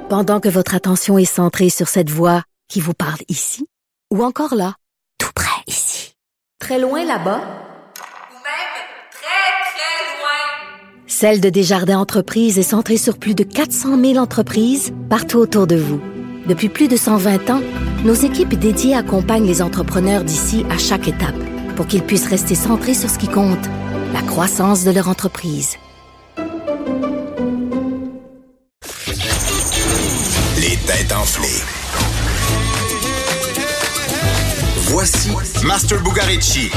Pendant que votre attention est centrée sur cette voix qui vous parle ici, ou encore là, tout près ici, très loin là-bas, ou même très, très loin. Celle de Desjardins Entreprises est centrée sur plus de 400 000 entreprises partout autour de vous. Depuis plus de 120 ans, nos équipes dédiées accompagnent les entrepreneurs d'ici à chaque étape pour qu'ils puissent rester centrés sur ce qui compte, la croissance de leur entreprise. Les têtes enflées. Voici Master Bugarici.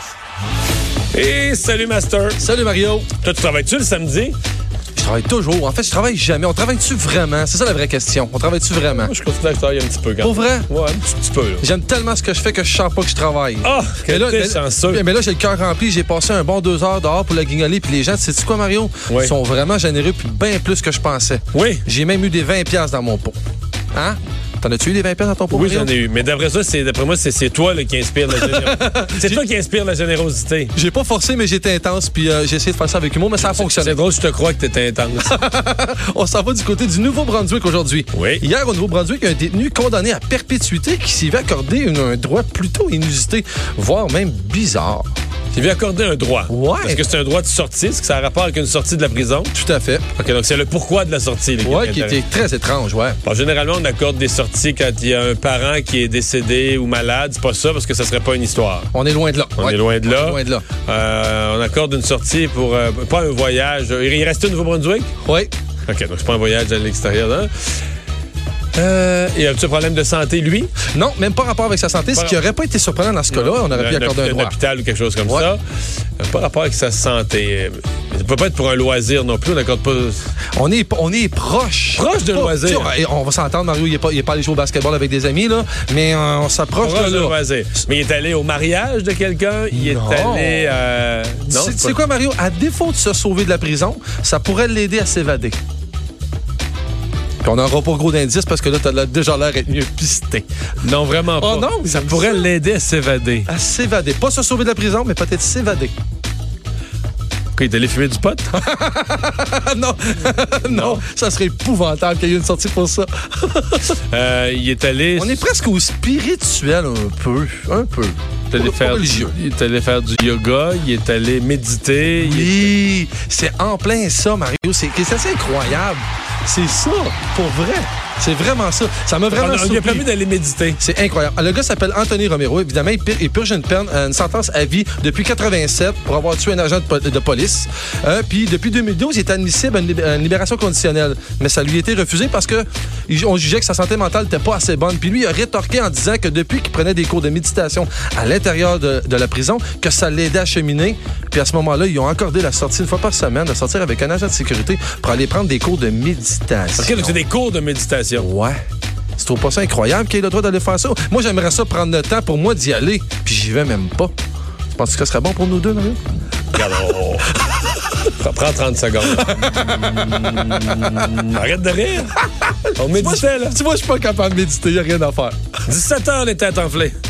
Et salut Master. Salut Mario. Toi, tu travailles-tu le samedi? Je travaille toujours. En fait, je travaille jamais. On travaille-tu vraiment? C'est ça la vraie question. On travaille-tu vraiment? Moi, je continue à travailler un petit peu quand même. Pour vrai? Ouais, un petit peu. Là. J'aime tellement ce que je fais que je sens pas que je travaille. Ah, quel chanceux. Mais là, j'ai le cœur rempli. J'ai passé un bon 2 heures dehors pour la guignoler. Puis les gens, sais-tu quoi, Mario? Oui. Ils sont vraiment généreux puis bien plus que je pensais. Oui. J'ai même eu des 20$ dans mon pot. Hein? T'en as-tu eu des 20$ dans ton pot? Oui, Mario? j'en ai eu. Mais d'après moi, c'est toi là, qui inspire la générosité. C'est toi qui inspire la générosité. J'ai pas forcé, mais j'étais intense. Puis j'ai essayé de faire ça avec humour, mais ça a fonctionné. C'est drôle, je te crois que t'étais intense. On s'en va du côté du Nouveau-Brunswick aujourd'hui. Oui. Hier, au Nouveau-Brunswick, un détenu condamné à perpétuité qui s'y va accorder un droit plutôt inusité, voire même bizarre. Tu lui as accordé un droit. Ouais. Est-ce que c'est un droit de sortie? Est-ce que ça a rapport avec une sortie de la prison? Tout à fait. OK, donc c'est le pourquoi de la sortie. Là, qui était très étrange, ouais. Bon, généralement, on accorde des sorties quand il y a un parent qui est décédé ou malade. C'est pas ça, parce que ça serait pas une histoire. On est loin de là. On est loin de là. On accorde une sortie pour pas un voyage. Il reste au Nouveau-Brunswick? Oui. OK, donc c'est pas un voyage à l'extérieur, hein? Et as-tu un problème de santé, lui? Non, même pas rapport avec sa santé. Ce qui n'aurait pas été surprenant dans ce cas-là, on aurait pu accorder un droit. Un hôpital ou quelque chose comme ça. Pas rapport avec sa santé. Ça peut pas être pour un loisir non plus. On n'accorde pas... On est proche. Proche de loisir. On va s'entendre, Mario, il n'est pas allé jouer au basketball avec des amis, là, mais on s'approche de là. Loisir. Mais il est allé au mariage de quelqu'un. Il est allé... Non, c'est quoi, Mario? À défaut de se sauver de la prison, ça pourrait l'aider à s'évader. Puis on n'aura pas gros d'indices parce que là, t'as déjà l'air d'être mieux pisté. Non, vraiment pas. Oh non, ça pourrait l'aider à s'évader. À s'évader. Pas se sauver de la prison, mais peut-être s'évader. Il est allé fumer du pot? Non, ça serait épouvantable qu'il y ait une sortie pour ça. Il est allé... On est presque au spirituel un peu. Il est allé faire du yoga, il est allé méditer. Oui, c'est en plein ça, Mario. C'est assez incroyable. C'est ça, pour vrai. C'est vraiment ça. Ça m'a vraiment surpris. On lui a permis d'aller méditer. C'est incroyable. Le gars s'appelle Anthony Romero. Évidemment, il purge une sentence à vie depuis 87 pour avoir tué un agent de police. Puis depuis 2012, il est admissible à une libération conditionnelle. Mais ça lui a été refusé parce que on jugeait que sa santé mentale n'était pas assez bonne. Puis lui, il a rétorqué en disant que depuis qu'il prenait des cours de méditation à l'intérieur de la prison, que ça l'aidait à cheminer. Puis à ce moment-là, ils ont accordé la sortie une fois par semaine, de sortir avec un agent de sécurité pour aller prendre des cours de méditation. OK, donc c'est des cours de méditation. Ouais. Tu trouves pas ça incroyable qu'il ait le droit d'aller faire ça? Moi, j'aimerais ça prendre le temps pour moi d'y aller, puis j'y vais même pas. Tu penses que ce serait bon pour nous deux, Mario? Regarde, prends 30 secondes. Arrête de rire. On méditait, là. Tu vois, je suis pas capable de méditer, y a rien à faire. 17h, les têtes enflées.